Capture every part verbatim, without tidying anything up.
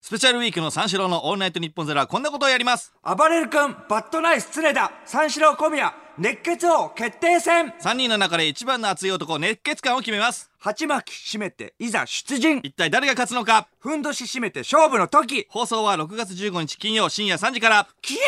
スペシャルウィークの三四郎のオールナイトニッポンゼロはこんなことをやります。 暴れる君バッドナイス常田三四郎小宮熱血王決定戦。 さんにんの中で一番の熱い男熱血感を決めます。 鉢巻き締めていざ出陣。 一体誰が勝つのか。 ふんどし締めて勝負の時。 放送はろくがつじゅうごにち金曜深夜さんじから。 キエ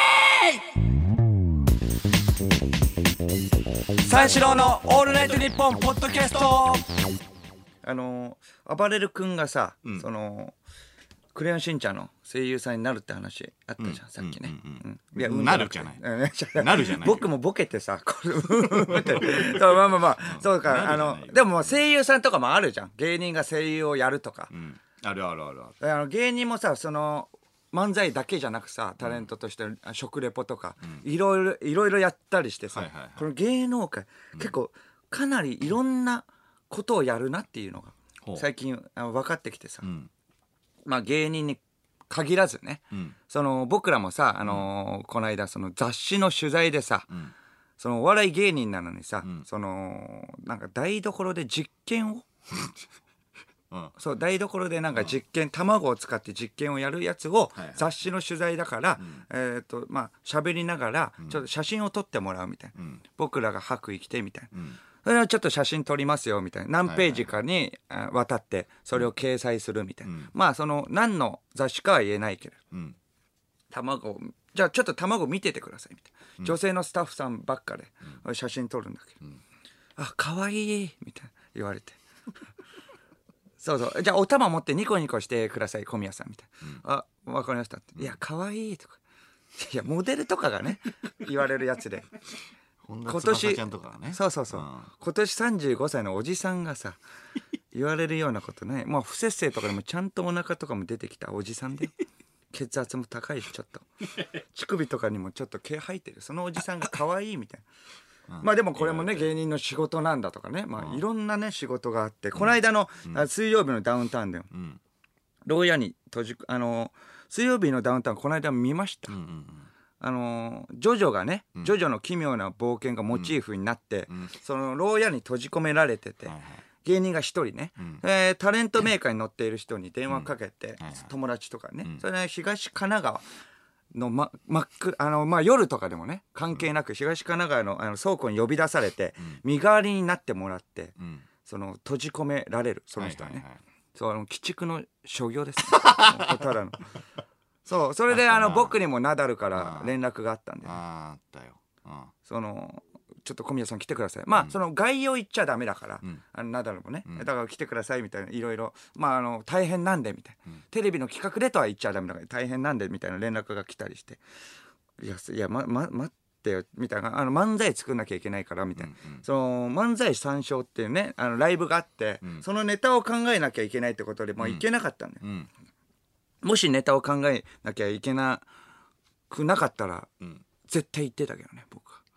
ーイ三四郎のオールナイトニッポンポッドキャスト。あのー、暴れる君がさ、うん、そのクレヨンしんちゃんの声優さんになるって話あったじゃん、うん、さっきね、うんうんうん、いやなるじゃないなるじゃない僕もボケてさこれそうまあまあまあそうかあのでも声優さんとかもあるじゃん、芸人が声優をやるとか、うん、 あるあるあるある。あの芸人もさその漫才だけじゃなくさタレントとして食レポとか、うん、いろいろいろいろやったりしてさ、はいはいはい、この芸能界、うん、結構かなりいろんなことをやるなっていうのが最近分かってきてさ、うん、まあ芸人に限らずね、うん、その僕らもさ、あのーうん、この間その雑誌の取材でさ、うん、そのお笑い芸人なのにさ、うん、そのなんか台所で実験をうん、そう台所でなんか実験、うん、卵を使って実験をやるやつを雑誌の取材だから、はいはい、えっとまあ喋りながらちょっと写真を撮ってもらうみたいな、うん、僕らが白衣着てみたいな、うん、それはちょっと写真撮りますよみたいな、何ページかに渡ってそれを掲載するみたいな、うん、まあその何の雑誌かは言えないけど、うん、卵をじゃあちょっと卵見ててくださいみたいな、うん、女性のスタッフさんばっかで写真撮るんだけど、うん、あ可愛いみたいな言われてそうそうじゃあお玉持ってニコニコしてください小宮さんみたいな、うん、あ分かりましたって、いや可愛いとかいやモデルとかがね言われるやつで今年そうそうそう、うん、今年さんじゅうごさいのおじさんがさ言われるようなことね、まあ不摂生とかでもちゃんとお腹とかも出てきたおじさんで血圧も高いしちょっと乳首とかにもちょっと毛生えてるそのおじさんが可愛いみたいなまあでもこれもね芸人の仕事なんだとかね、まあいろんなね仕事があって、この間の水曜日のダウンタウンで牢屋に閉じあの水曜日のダウンタウンこの間見ました。あのジョジョがね、ジョジョの奇妙な冒険がモチーフになってその牢屋に閉じ込められてて、芸人が一人ね、えタレントメーカーに乗っている人に電話かけて、友達とかね、それは東神奈川のま、真っ暗あの、まあ、夜とかでもね関係なく東神奈川 の, あの倉庫に呼び出されて、うん、身代わりになってもらって、うん、その閉じ込められるその人はね、はいはいはい、そうあの鬼畜の所業ですねただのそうそれであの僕にもナダルから連絡があったんで、ね、 ああったよあそのちょっと小宮さん来てくださいまあ、うん、その概要言っちゃダメだから、うん、あのナダルもね、うん、だから来てくださいみたいないろいろまああの大変なんでみたいな、うん、テレビの企画でとは言っちゃダメだから大変なんでみたいな連絡が来たりしていやいやまま待ってよみたいなあの漫才作んなきゃいけないからみたいな、うんうん、その漫才三唱っていうねあのライブがあって、うん、そのネタを考えなきゃいけないってことでもういけなかったんだよ、うん、もしネタを考えなきゃいけなくなかったら、うん、絶対言ってたけどね僕は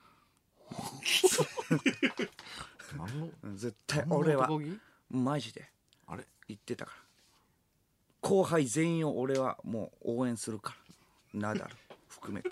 絶対俺はマジであれ言ってたから後輩全員を俺はもう応援するからナダル含めて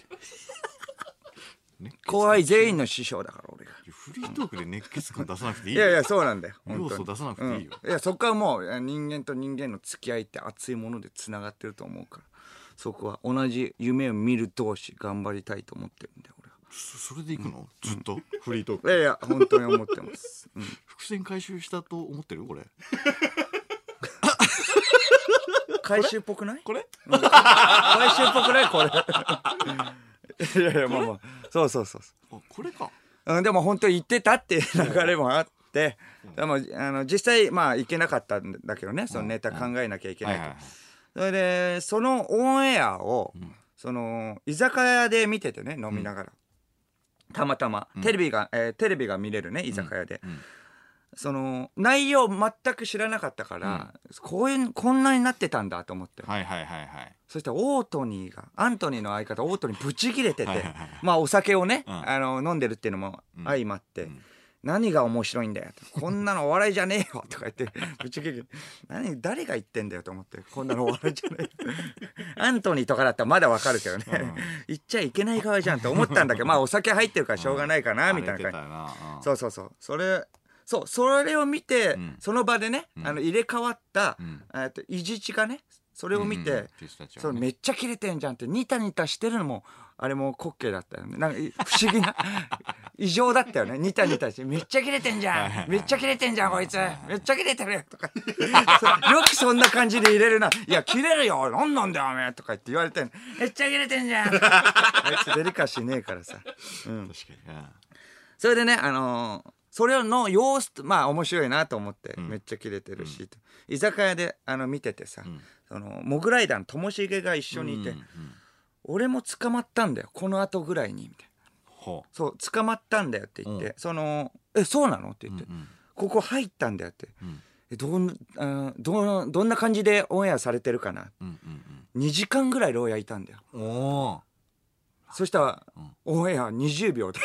後輩全員の師匠だから俺がフリートークで熱血感出さなくていいよいやいやそうなんだよ要素出さなくていいよ、 うん、いやそこはもう人間と人間の付き合いって熱いものでつながってると思うからそこは同じ夢を見る同士頑張りたいと思ってるんだよ俺はそ, それでいくの、うん、ずっと、うん、フリートークいやいや本当に思ってます、うん、 伏線回収したと思ってるこれ回収っぽくないこれ、 うん、回収っぽくないこれいやいやまあまあそうそうそうあこれか、 うん、でも本当に言ってたっていう流れもあってでもあの実際まあいけなかったんだけどねそのネタ考えなきゃいけないと、それでそのオンエアを、うん、その居酒屋で見ててね飲みながら、うん、たまたま、うん、テレビが、えー、テレビが見れるね居酒屋で、うんうんその内容全く知らなかったから、うん、こういうこんなになってたんだと思って、 はいはいはいはい、 そしたらオートニーがアントニーの相方オートニーブチギレてて、はいはいはい、まあお酒をね、うん、あの飲んでるっていうのも相まって、うん、何が面白いんだよこんなのお笑いじゃねえよとか言ってブチギレ何誰が言ってんだよと思ってこんなのお笑いじゃねえよアントニーとかだったらまだわかるけどね、うん、言っちゃいけない側じゃんと思ったんだけどまあお酒入ってるからしょうがないかなみたいな感じ、そうそうそうそれそうそれを見て、 うん、 その場でね、 うん、 あの入れ替わった、 うん、 えっといじちがねそれを見て、うんうん、ピスタチオね、それめっちゃ切れてんじゃんってニタニタしてるのもあれも滑稽だったよね。なんか不思議な異常だったよね。ニタニタしてめっちゃ切れてんじゃんめっちゃ切れてんじゃんこいつめっちゃ切れてるとかよくそんな感じで入れるな。いや切れるよなんなんだよおめえとか言って言われてめっちゃ切れてんじゃんあいつデリカシーねえからさ、うん、確かに。それでねあのーそれの様子まあ面白いなと思って、うん、めっちゃキレてるし、うん、居酒屋であの見ててさ、うん、そのモグライダーのともしげが一緒にいて、うんうん、俺も捕まったんだよこの後ぐらいにみたいな、そう捕まったんだよって言って、うん、そのえそうなのって言って、うんうん、ここ入ったんだよって、うん、えどんあどどんな感じでオンエアされてるかな、うんうんうん、にじかんぐらい牢屋いたんだよ。おそしたら、うん、オンエアにじゅうびょうで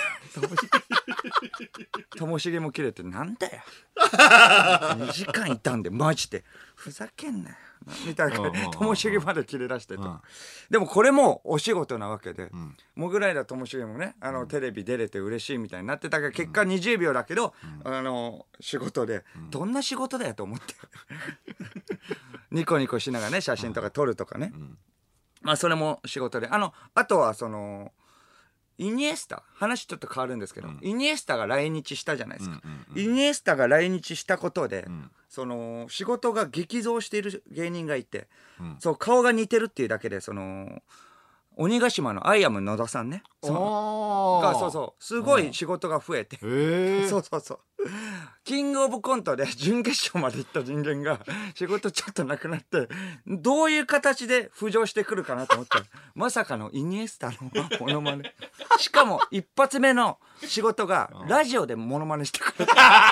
ともしげも切れてなんだよにじかんいたんでマジでふざけんなよみたいなともしげまで切れ出してて、でもこれもお仕事なわけで、うん、モグライダーともしげもねあの、うん、テレビ出れて嬉しいみたいになってたけど結果にじゅうびょうだけど、うん、あの仕事で、うん、どんな仕事だよと思ってニコニコしながらね写真とか撮るとかね、うん、まあそれも仕事であのあとはそのイニエスタ話ちょっと変わるんですけど、うん、イニエスタが来日したじゃないですか、うんうんうん、イニエスタが来日したことで、うん、その仕事が激増している芸人がいて、うん、そう顔が似てるっていうだけでその鬼ヶ島のアイアム野田さんねそうがそうそうすごい仕事が増えてそうそうそうキングオブコントで準決勝まで行った人間が仕事ちょっとなくなってどういう形で浮上してくるかなと思ったらまさかのイニエスタのモノマネしかも一発目の仕事がラジオでモノマネしてくる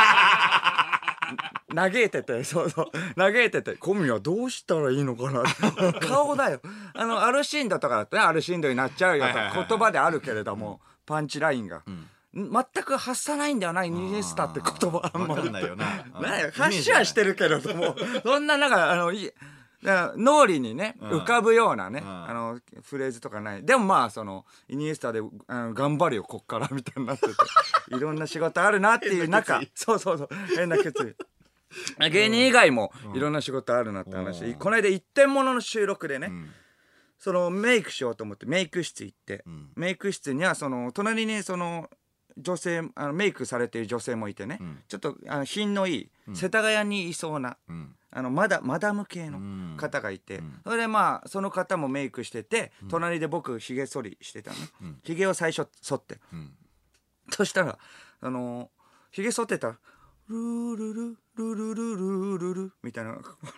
嘆いててそうそう嘆いてて小宮どうしたらいいのかな顔だよあのアルシンドとかだとねアルシンドになっちゃうよとか言葉であるけれどもパンチラインが、うん全く発さないんだよなイニエスタって言葉あんまりないよな発しはしてるけれどもそんななんかあのい脳裏にね浮かぶようなねあのフレーズとかないでもまあそのイニエスタであの頑張るよこっからみたいになってていろんな仕事あるなっていう中そうそうそう変な決意芸人以外もいろんな仕事あるなって話この間一点物の収録でね、うんそのメイクしようと思ってメイク室行って、うん、メイク室にはその隣にその女性あのメイクされている女性もいてね、うん、ちょっとあの品のいい、うん、世田谷にいそうな、うん、あのマダマダム系の方がいて、うん、それでまあその方もメイクしてて、うん、隣で僕ひげ剃りしてたのね、ひげを最初剃って、うん、そしたらあのひげ剃ってたらルールルルルルルルルみたいな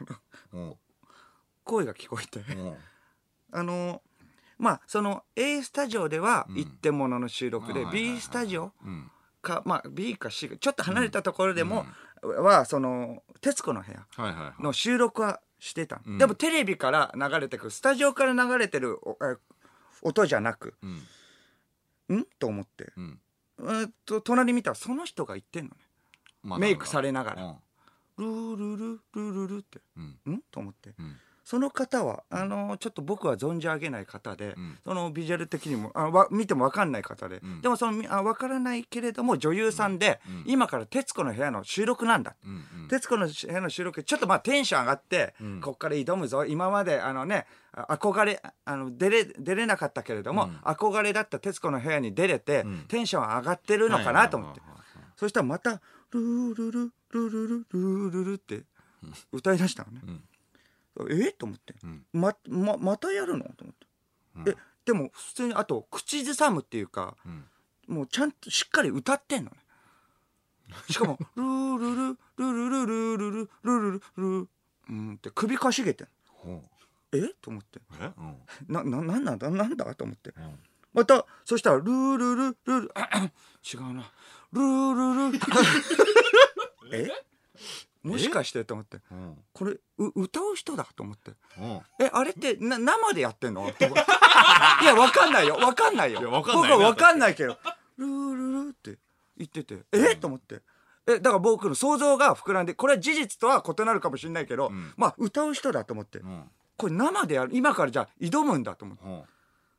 声が聞こえてあのまあその A スタジオでは一点物の収録で、うん、B スタジオか、まあ B か C かちょっと離れたところでも、うん、はその徹子の部屋の収録はしてた、うん、でもテレビから流れてくるスタジオから流れてる音じゃなく、うん、んと思って、うん、えー、っと隣見たらその人が言ってんのね、まあ、メイクされながら、うん、ルールルルルルって、うん、んと思って、うんその方はあのー、ちょっと僕は存じ上げない方で、うん、そのビジュアル的にもあわ見ても分かんない方で、うん、でもそのあ分からないけれども女優さんで、うん、今から徹子の部屋の収録なんだ、うんうん、徹子の部屋の収録ちょっとまあテンション上がって、うん、こっから挑むぞ今まであのね憧れあの出れ出れなかったけれども、うん、憧れだった徹子の部屋に出れて、うん、テンション上がってるのかなと思って、そしたらまたルールルルルルルルルルって歌い出したのね、うんえと思って、うん、ま, ま, またやるのと思って、うん、えでも普通にあと口ずさむっていうか、うん、もうちゃんとしっかり歌ってんのねしかもルールルルルルルルルルルルルうんって首かしげてんのえと思ってえ、うん、な, な, なんなんだなんだと思って、うん、またそしたらルールルルル違うなルールルえもしかしてと思って、うん、これう歌う人だと思って、うん、えあれってな生でやってんのっていやわかんないよわかんないよいやわかんない僕はわかんないけどルールルって言っててえ、うん、と思ってえだから僕の想像が膨らんでこれは事実とは異なるかもしれないけど、うん、まあ歌う人だと思って、うん、これ生でやる今からじゃあ挑むんだと思って、うん、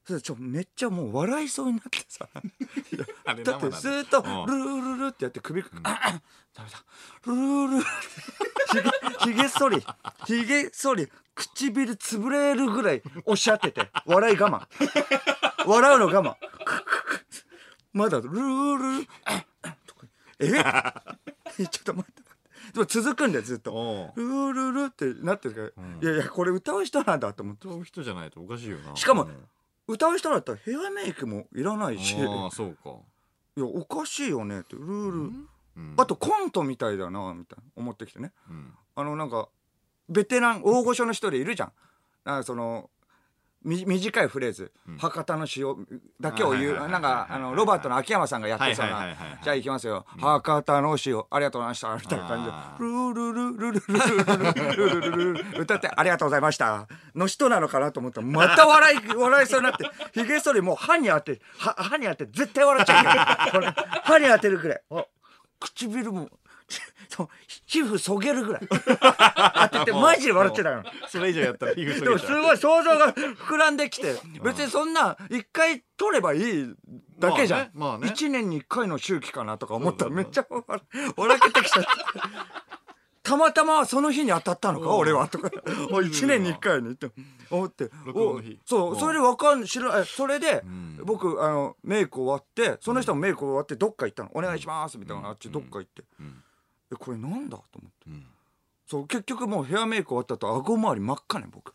それちょめっちゃもう笑いそうになってさあれだってずーっとルルルルってやって首、うん、ダメだルルルルひげ剃りひげ剃り唇潰れるぐらいおっしゃってて笑い我慢笑うの我慢まだルルルルえちょっと待ってでも続くんだよずっとルールルってなってるから、うん、いやいやこれ歌う人なんだと思って歌う人じゃないとおかしいよなしかも、うん、歌う人だったらヘアメイクもいらないしああそうかいやおかしいよねってルール、うんうん、あとコントみたいだなみたいな思ってきてね、うん、あのなんかベテラン大御所の人でいるじゃんなんかそのみ短いフレーズ、うん、博多の塩だけを言うなんかあのロバートの秋山さんがやってそうなじゃあ行きますよ、うん、博多の塩ありがとうございましたみたいな感じでルルルルルルルルルルルル歌ってありがとうございましたの人なのかなと思ったらまた笑い笑いそうになってひげ剃りもう歯に当て歯に当て絶対笑っちゃうから歯に当てるくらい唇もそう皮膚そげるぐらい当ててマジで笑ってたのそれ以上やったら皮膚そげちゃうでもすごい想像が膨らんできて別にそんな一回取ればいいだけじゃん、まあねまあね、いちねんにいっかいの周期かなとか思ったらめっちゃ笑けてきちゃってたまたまその日に当たったのか俺はとかいちねんにいっかいにって思ってそうそれでわかん知らそれで僕あのメイク終わってその人もメイク終わってどっか行ったのお願いしますみたいなあっちどっか行ってえこれなんだと思って、うん、そう結局もうヘアメイク終わった後顎周り真っ赤ね僕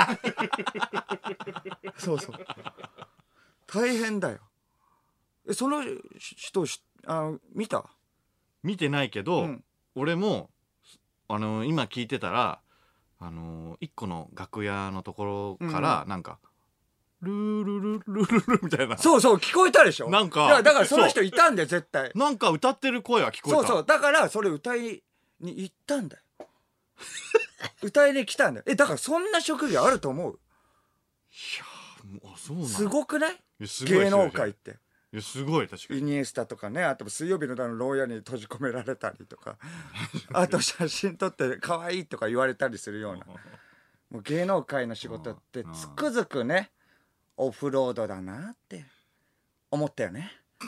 そうそう大変だよえその人あ見た見てないけど、うん、俺もあの今聞いてたらあの一個の楽屋のところからなんか、うん、ルールルルルルみたいなそうそう聞こえたでしょなんかいやだからその人いたんだよ絶対なんか歌ってる声は聞こえたそうそうだからそれ歌いに行ったんだよ歌いに来たんだよえだからそんな職業あると思ういやあそうなんすごくない芸能界っていやすごい確かにイニエスタとかねあと水曜日の段の牢屋に閉じ込められたりとかあと写真撮って可愛いとか言われたりするようなもう芸能界の仕事ってつくづくねオフロードだなって思ったよね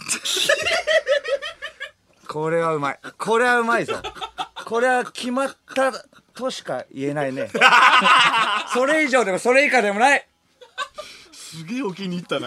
これはうまいこれはうまいぞこれは決まったとしか言えないねそれ以上でもそれ以下でもないすげえお気に入ったな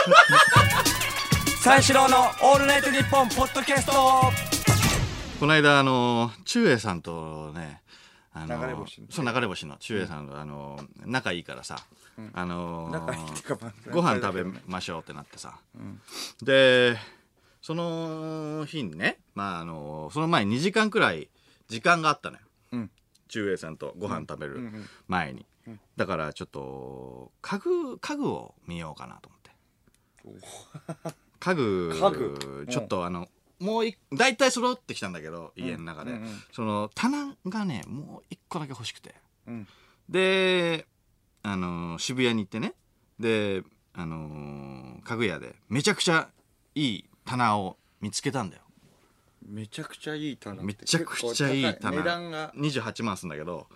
三四郎のオールナイトニッポンポッドキャストこの間あの中英さんとねあの流れ星そう流れ星の中英さんが、うん、あの仲いいからさ、うん、あの仲いいってかご飯食べましょうってなってさ、うん、でその日にね、まあ、あのその前ににじかんくらい時間があったのよ、うん、中英さんとご飯食べる前に、うんうんうん、だからちょっと家具家具を見ようかなと思って家具家具ちょっとあのもう大体揃ってきたんだけど家の中で、うんうんうん、その棚がねもういっこだけ欲しくて、うん、であの渋谷に行ってねであの家具屋でめちゃくちゃいい棚を見つけたんだよめちゃくちゃいい棚めちゃくちゃいい棚値段がにじゅうはちまんすんだけど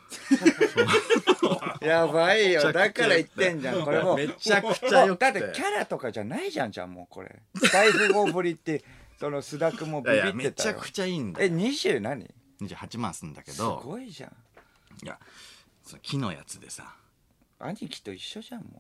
やばいよだから言ってんじゃんこれもうめちゃくちゃよくてだってキャラとかじゃないじゃんじゃんもうこれ大富豪ぶりってその須田君もビビってたよいやめちゃくちゃいいんだよえにじゅう何にじゅうはちまんすんだけどすごいじゃんいやその木のやつでさ兄貴と一緒じゃんも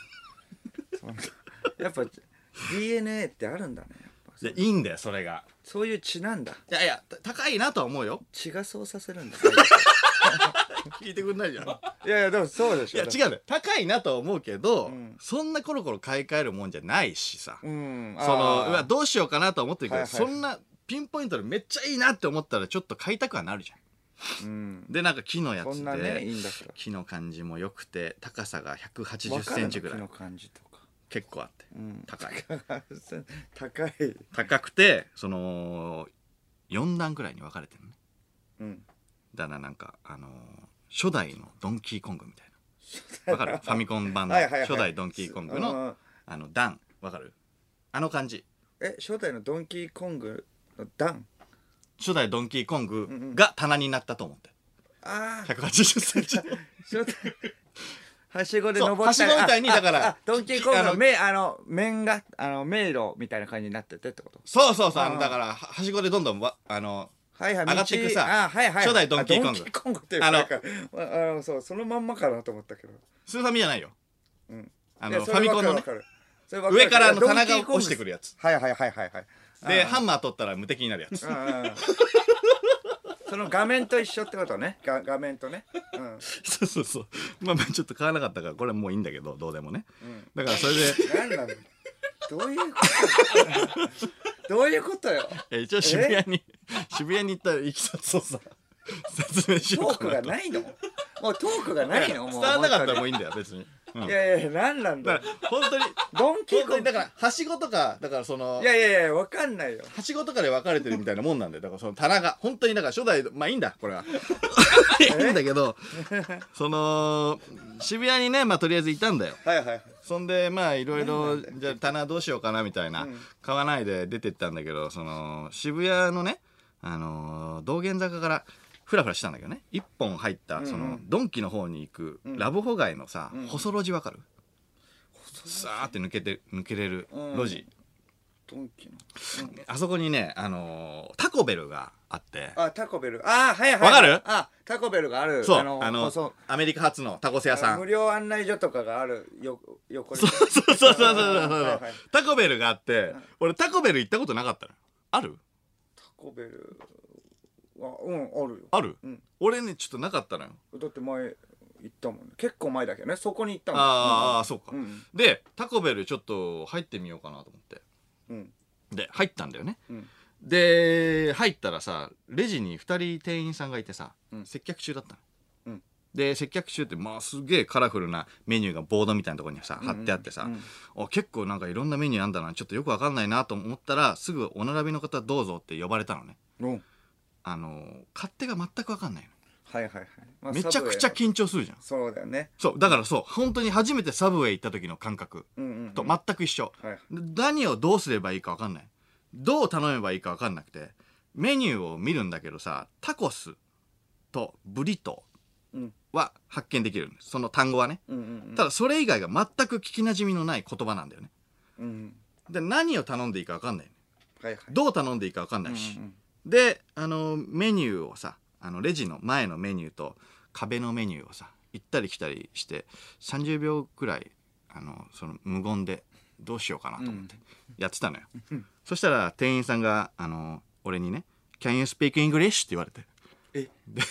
うやっぱ ディーエヌエー ってあるんだねいやいいんだよそれがそういう血なんだいやいや高いなとは思うよ血がそうさせるんだ聞いてくんないじゃんいやいやでもそうでしょいや違うんだよ高いなとは思うけど、うん、そんなコロコロ買い替えるもんじゃないしさ、うん、そのうわどうしようかなとは思ってるけど、はいはい、そんなピンポイントでめっちゃいいなって思ったらちょっと買いたくはなるじゃん、うん、でなんか木のやつで、 ね、いいんだから木の感じも良くて高さがひゃくはちじゅっセンチぐらい木の感じとか結構あって、うん、高い高い高くてそのよんだんくらいに分かれてるね、うん、だからなんかあのー、初代のドンキーコングみたいな分かるファミコン版の初代ドンキーコングのあの段分かるあの感じえ初代のドンキーコングの段初代ドンキーコングが棚になったと思って、 ああひゃくはちじゅっセンチはしごで登ったはしごみたいにだからドンキーコングの目あの面があの迷路みたいな感じになっててってこと？ そうそうそう、あのだからはしごでどんどんわあのはいはい、 上がっていくさ、 あ、はいはい、 初代ドンキーコング。 ドンキーコングっていうか、あの、あのそうそのまんまかなと思ったけど。 スーファミじゃないよ。 うん。 あのファミコンのね、 上上からの棚が落ちてくるやつ。 はいはいはいはいはい。 でハンマー取ったら無敵になるやつ。 その画面と一緒ってことね。が画面とね。うん。 そうそうそう。まあまあちょっと買わなかったからこれはもういいんだけどどうでもね。だからそれで。 なんなんだ。どういうことどういうことよ。 え一応渋谷に渋谷に行ったいきさつをさ説明しようかなと。 トークがないの？もうトークがないの？ 伝わらなかったらもういいんだよ別に。 うん、いやいやなんなんだよ。 本当にドンキーコングだからはしごとかだからそのいやいやいやわかんないよ。 はしごとかで分かれてるみたいなもんなんだよ。だからその棚が本当にだから初代まあいいんだこれは。いいんだけどその渋谷にねまあとりあえずいたんだよ。 はいはい。 そんでまあいろいろじゃあ棚どうしようかなみたいな、うん、買わないで出てったんだけどその渋谷のねあのー、道玄坂からフラフラしたんだけどね一本入ったそのドンキの方に行くラブホ街のさ、うん、細路地わかる？さーって抜けて抜けれる路地、 うん、ドンキの、うん、 あそこにねあのー、タコベルがあってあタコベルあはいはい、 わかる？ あタコベルがあるそうあのあのアメリカ発のタコス屋さん無料案内所とかがあるよ横にそうそうそうそうそうそうタコベルがあって俺タコベル行ったことなかったのある？ タコベルあうんあるよある、 うん、 俺ねちょっとなかったのよだって前行ったもんね結構前だけどねそこに行ったもんああ、うん、そうか、 うん、 でタコベルちょっと入ってみようかなと思って、うん、で入ったんだよね、うん、で入ったらさレジにふたり店員さんがいてさ、うん、接客中だったの、うん、で接客中ってまあすげえカラフルなメニューがボードみたいなところにさ貼ってあってさ、うんうん、結構なんかいろんなメニューあんだなちょっとよくわかんないなと思ったらすぐお並びの方どうぞって呼ばれたのね、うんあの勝手が全く分かんないのはいはいはい、 まあ、めちゃくちゃ緊張するじゃんそうだよねそうだからそう本当に初めてサブウェイ行った時の感覚と全く一緒、うんうんうん、何をどうすればいいか分かんないどう頼めばいいか分かんなくてメニューを見るんだけどさタコスとブリトーは発見できるんですその単語はね、うんうんうん、ただそれ以外が全く聞きなじみのない言葉なんだよね、うん、で何を頼んでいいか分かんない、ねはいはい、どう頼んでいいか分かんないし、うんうんであのメニューをさあのレジの前のメニューと壁のメニューをさ行ったり来たりしてさんじゅうびょうくらいあのその無言でどうしようかなと思ってやってたのよ、うん、そしたら店員さんがあの俺にね「Can you speak English?」って言われてえで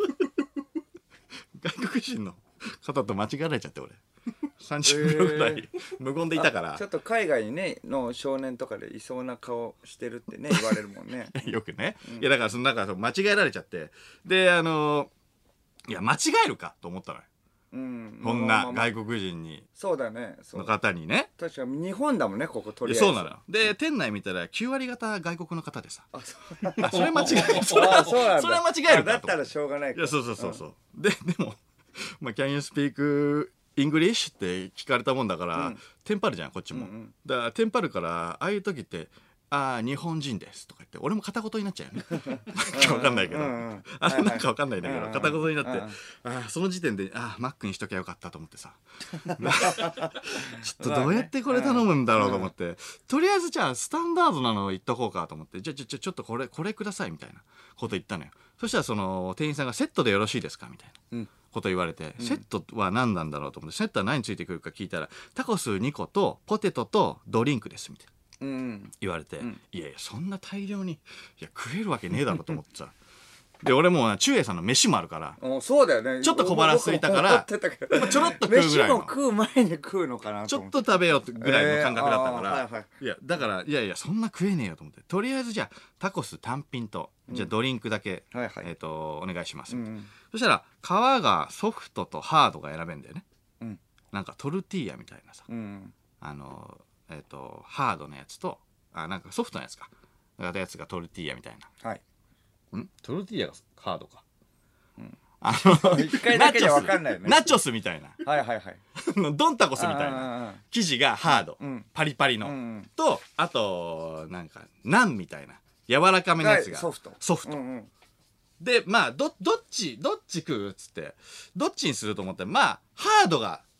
外国人の方と間違えられちゃって俺さんじゅうびょうぐらい無言でいたから、えー、 ちょっと海外にねの少年とかでいそうな顔してるってね言われるもんねよくね、うん、いやだからそのなんか間違えられちゃってであのいや間違えるかと思ったのよ、うん、こんな外国人にそうだねの方にね確かに日本だもんねこことりあえずそうなのよで店内見たらきゅうわり方外国の方でさあそれ間違えそれは間違えるかだったらしょうがないかいやそうそうそうそう、うん、ででもまあ、Can you speak English? って聞かれたもんだから、うん、テンパるじゃんこっちも、うんうん、だからテンパるからああいう時って「ああ日本人です」とか言って俺も片言になっちゃうよねなんか分かんないけど、うんうん、あなんか分かんないんだけど、片言になって、うんうん、あその時点であマックにしときゃよかったと思ってさちょっとどうやってこれ頼むんだろうと思って、とりあえずじゃあスタンダードなの言っとこうかと思ってじゃあちょちょちょっとこれこれくださいみたいなこと言ったのよ。そしたらその店員さんがセットでよろしいですかみたいな、うんこと言われて、うん、セットは何なんだろうと思ってセットは何ついてくるか聞いたらタコスにことポテトとドリンクですみたいな、うん、言われて、うん、いやいやそんな大量にいや食えるわけねえだろと思ってさで俺も中英さんの飯もあるからそうだよねちょっと小腹空いたからちょろっと食うぐらいの飯も食う前に食うのかなちょっと食べようぐらいの感覚だったから、えーはいはい、いやだからいやいやそんな食えねえよと思ってとりあえずじゃあタコス単品とじゃあドリンクだけ、うんはいはいえー、とお願いしますみたいな、うん、そしたら皮がソフトとハードが選べるんだよね、うん、なんかトルティーヤみたいなさ、うん、あのえっ、ー、とハードのやつとあなんかソフトのやつかやつがトルティーヤみたいな、はい、んトルティーヤがハードか、うん、あの一回だけじゃ分かんないよねナチョスみたいなはいはいはいドンタコスみたいな生地がハード、うん、パリパリの、うん、とあとなんかナンみたいな柔らかめのやつがソフトソフト、うんうん、でまあ ど, どっちどっち食うっつってどっちにすると思ったらまあハードが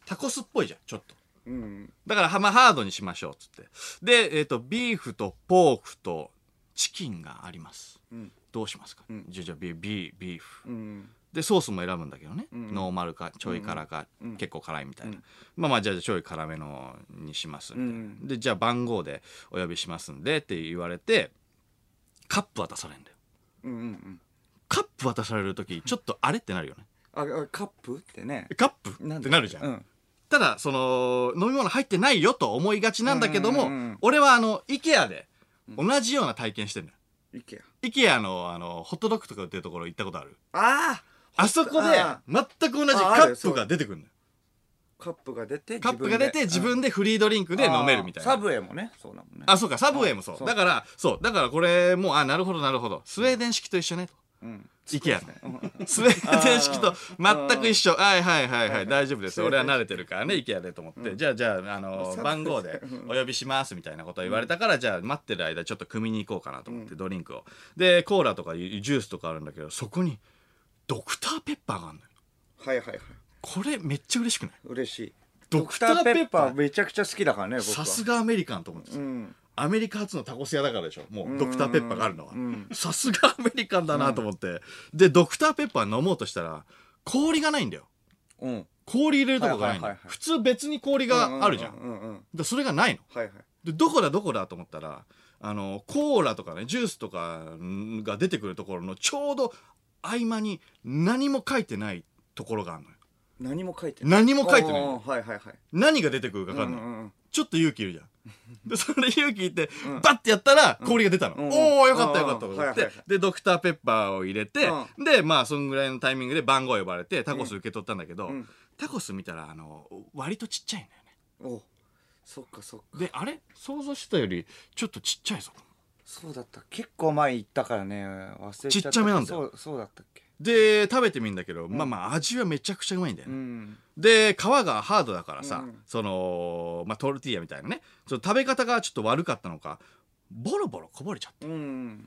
タコスっぽいじゃんちょっと、 うん、 だから、まあ、ハードにしましょうっつってで、えー、とビーフとポークとチキンがあります、うん、どうしますか、うん、じゃじゃビビビーフ、うん、でソースも選ぶんだけどね、うん、ノーマルかちょい辛か、うん、結構辛いみたいな、うん、まあまあじゃあちょい辛めのにしますみたいな、うん、でじゃあ番号でお呼びしますんでって言われてカップ渡されるんだよ、うんうんうん、カップ渡される時ちょっとあれってなるよね、 あカップってねカップってなるじゃん、うん、ただその飲み物入ってないよと思いがちなんだけども、うんうんうん、俺はあの IKEA で同じような体験してるのよ、うん、IKEA のあのホットドッグとか売ってるところ行ったことある？ あああそこで全く同じカップが出てくるのよ。 カップが出てカップが出て自分でフリードリンクで飲めるみたいな。 サブウェイもねそうだもんね。 あそうかサブウェイもそうだからそうだからこれもうあなるほどなるほどスウェーデン式と一緒ねと、うん、IKEA のスウェーデン式と全く一緒はいはいはいはい大丈夫です俺は慣れてるからね IKEA でと思ってじゃあじゃああの番号でお呼びしますみたいなことを言われたからじゃあ待ってる間ちょっと組みに行こうかなと思ってドリンクをでコーラとかジュースとかあるんだけどそこにドクターペッパーがあるのよ。 はいはいはいこれめっちゃ嬉しくない？ 嬉しい。ドクターペッパーめちゃくちゃ好きだからね僕は。 さすがアメリカンと思ってさ、うん、アメリカ発のタコス屋だからでしょもうドクターペッパーがあるのはさすがアメリカンだなと思って、うん、でドクターペッパー飲もうとしたら氷がないんだよ、うん、氷入れるとこがないんだよ、はいはいはいはい、普通別に氷があるじゃん、うんうんうんうん、でそれがないの、はいはい、でどこだどこだと思ったらあのコーラとかねジュースとかが出てくるところのちょうど合間に何も書いてないところがあるのよ。 何も書いてない何も書いてない、 はいはいはい、 何が出てくるか分かんない、うんうん、ちょっと勇気いるじゃんでそれ勇気いってバッてやったら氷が出たの、うん、おおよかったよかったと思って、はいはいはい、でドクターペッパーを入れて、うん、でまあそんぐらいのタイミングで番号呼ばれてタコス受け取ったんだけど、うん、タコス見たらあの割とちっちゃいんだよね。おそっかそっか。 であれ想像してたよりちょっとちっちゃいぞ。 そうだった結構前行ったからね忘れちゃった。 ちっちゃめなんだよ。 そう、そうだったっけ。 で食べてみるんだけど、うん、まあまあ味はめちゃくちゃうまいんだよね、うん、で皮がハードだからさ、うん、そのまあトルティーヤみたいなねその食べ方がちょっと悪かったのかボロボロこぼれちゃって、うん、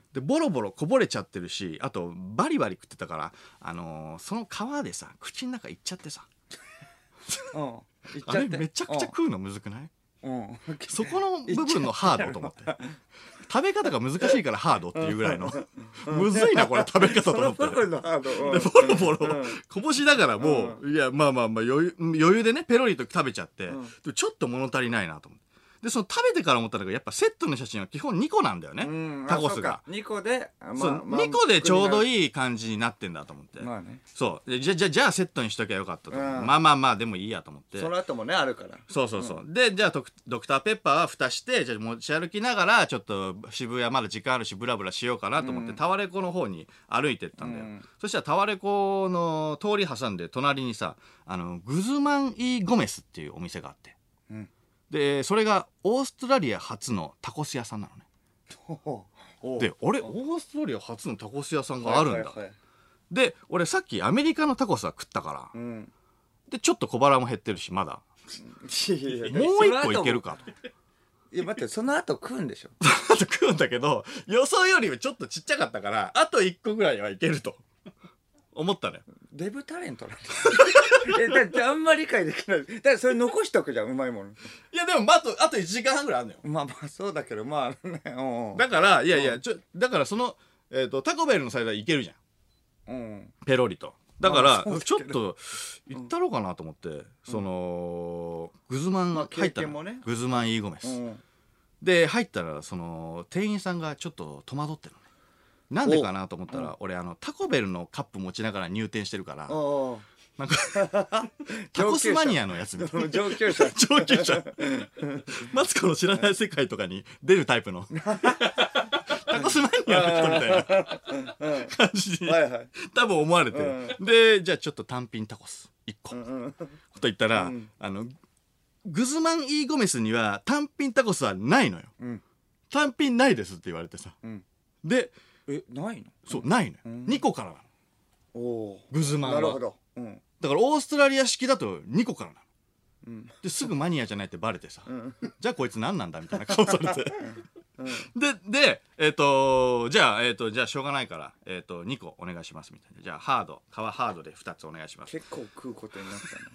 でボロボロこぼれちゃってるしあとバリバリ食ってたから、あのー、その皮でさ口の中いっちゃってさうんあれめちゃくちゃ食うのむずくない？うん、そこの部分のハードと思って食べ方が難しいからハードっていうぐらいのむずいなこれ食べ方と思ってでボロボロこぼしながらもういやまあまあまあ余裕余裕でねペロリと食べちゃってちょっと物足りないなと思ってでその食べてから思ったのがやっぱセットの写真は基本にこなんだよね、うん、タコスがにこで、 まあ、そうまあ、にこでちょうどいい感じになってんだと思って、まあね、そうじゃじゃじゃあセットにしときゃよかったと、うん、まあまあまあでもいいやと思ってその後もねあるからそうそうそう、うん、でじゃあドクターペッパーは蓋してじゃあ持ち歩きながらちょっと渋谷まだ時間あるしブラブラしようかなと思って、うん、タワレコの方に歩いてったんだよ、うん、そしたらタワレコの通り挟んで隣にさあのグズマン・イー・ゴメスっていうお店があって、うんでそれがオーストラリア初のタコス屋さんなのねで俺オーストラリア初のタコス屋さんがあるんだ、はいはいはい、で俺さっきアメリカのタコスは食ったから、うん、でちょっと小腹も減ってるしまだいやいやもう一個いけるかといや待ってその後食うんでしょその後食うんだけど予想よりもちょっとちっちゃかったからあといっこぐらいはいけると思ったのよデブタレントなんでだってあんまり理解できないだからそれ残しとくじゃんうまいものいやでもあとあといちじかんはんぐらいあるのよまあまあそうだけどまあねおうだからいやいやちょだからその、えー、とタコベルのサイズはいけるじゃん、うん、ペロリとだから、まあ、ちょっといったろうかなと思って、うん、そのグズマンが入ったの、まあね、グズマン・イーゴメス、うん、で入ったらその店員さんがちょっと戸惑ってるのねなんでかなと思ったら俺あのタコベルのカップ持ちながら入店してるからなんかタコスマニアのやつみたいな上級者上級者マツコの知らない世界とかに出るタイプのタコスマニアの人みたいな感じに多分思われてでじゃあちょっと単品タコスいっここと言ったらあのグズマン・イー・ゴメスには単品タコスはないのよ単品ないですって言われてさでえないのそうないのよ、うん、にこからなのおグズマンはなるほど、うん、だからオーストラリア式だとにこからなの、うん、ですぐマニアじゃないってバレてさ、うん、じゃあこいつ何なんだみたいな顔されて、うん、ででえっ、ー、とじゃあえっ、ー、とじゃあしょうがないから、えー、とにこお願いしますみたいなじゃあハード皮ハードでふたつお願いします結構食うことになった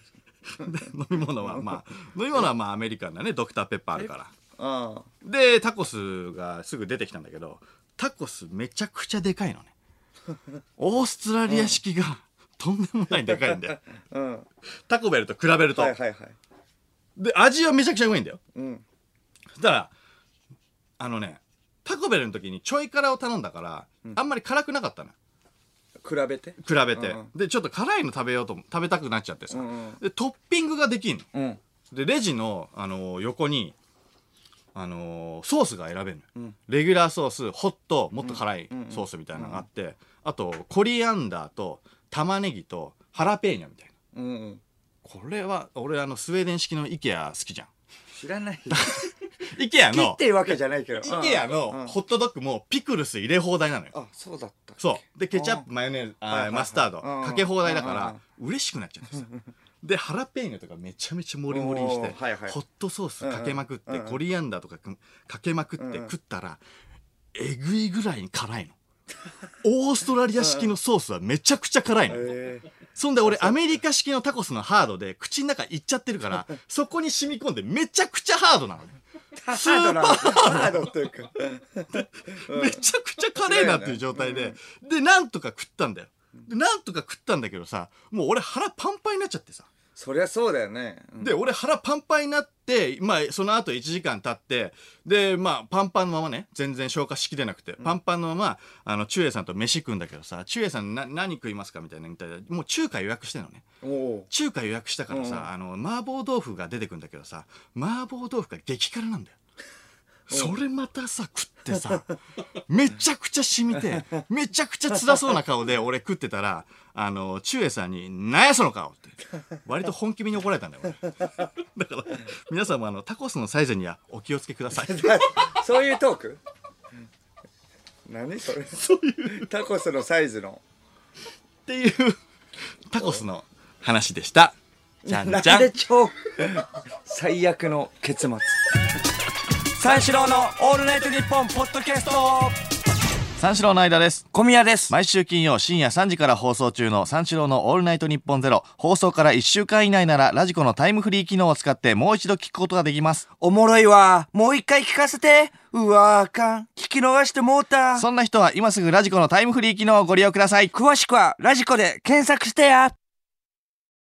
飲み物はまあ飲み物はまあアメリカンだね、ドクターペッパーあるから。 あでタコスがすぐ出てきたんだけど、タコスめちゃくちゃでかいのね。オーストラリア式がとんでもないでかいんだよ、うん、タコベルと比べると、はいはいはい、で味はめちゃくちゃうまいんだよ、うん、そしたらあのねタコベルの時にちょい辛を頼んだから、うん、あんまり辛くなかったの。 比べて比べて、うんうん、でちょっと辛いの食べようと食べたくなっちゃってさ、うんうん、でトッピングができんの、うん、でレジの、あのー、横に、あのー、ソースが選べるの、うん、レギュラーソース、ホット、もっと辛いソースみたいなのがあって、うんうんうん、あとコリアンダーと玉ねぎとハラペーニョみたいな、うんうん、これは俺あのスウェーデン式のイケア好きじゃん。 知らないイケアの好きっていうわけじゃないけど、 イケアのホットドッグもピクルス入れ放題なのよ。 あ、そうだった。 そうでケチャップマヨネーズあマスタードかけ放題だから嬉しくなっちゃうんですよ。でハラペーニョとかめちゃめちゃモリモリにして、はいはい、ホットソースかけまくって、うんうん、コリアンダーとかかけまくって食ったら、うんうん、えぐいぐらいに辛いの。オーストラリア式のソースはめちゃくちゃ辛いの、えー、そんで俺アメリカ式のタコスのハードで口の中いっちゃってるからそこに染み込んでめちゃくちゃハードなのね。スーパーハードっていうかめちゃくちゃ辛いなっていう状態で、でなんとか食ったんだよ。でなんとか食ったんだけどさ、もう俺腹パンパンになっちゃってさ。 そりゃそうだよね、 うん、で俺腹パンパンになって、まあその後いちじかん経って、でまあパンパンのままね、全然消化しきれなくて、うん、パンパンのままあのチュウエイさんと飯食うんだけどさ、チュウエイさんな何食いますかみたいなみたいな、もう中華予約してんのね。中華予約したからさ、あの麻婆豆腐が出てくるんだけどさ、麻婆豆腐が激辛なんだよ。それまたさ食ってさめちゃくちゃ染みて、めちゃくちゃ辛そうな顔で俺食ってたら、あのチュウエイさんに「なんやその顔」って割と本気味に怒られたんだよ俺。だから皆さんもあのタコスのサイズにはお気をつけください。 そういうトーク何それ。そういうタコスのサイズのっていうタコスの話でした。じゃんじゃん。 なんで超最悪の結末。三四郎のオールナイトニッポンポッドキャスト。 三四郎の間です。 小宮です。 毎週金曜深夜さんじから放送中の三四郎のオールナイトニッポンゼロ、放送からいっしゅうかん以内ならラジコのタイムフリー機能を使ってもう一度聞くことができます。 おもろいわ、もう一回聞かせて。うわあかん、聞き逃してもうた。 そんな人は今すぐラジコのタイムフリー機能をご利用ください。 詳しくはラジコで検索してや。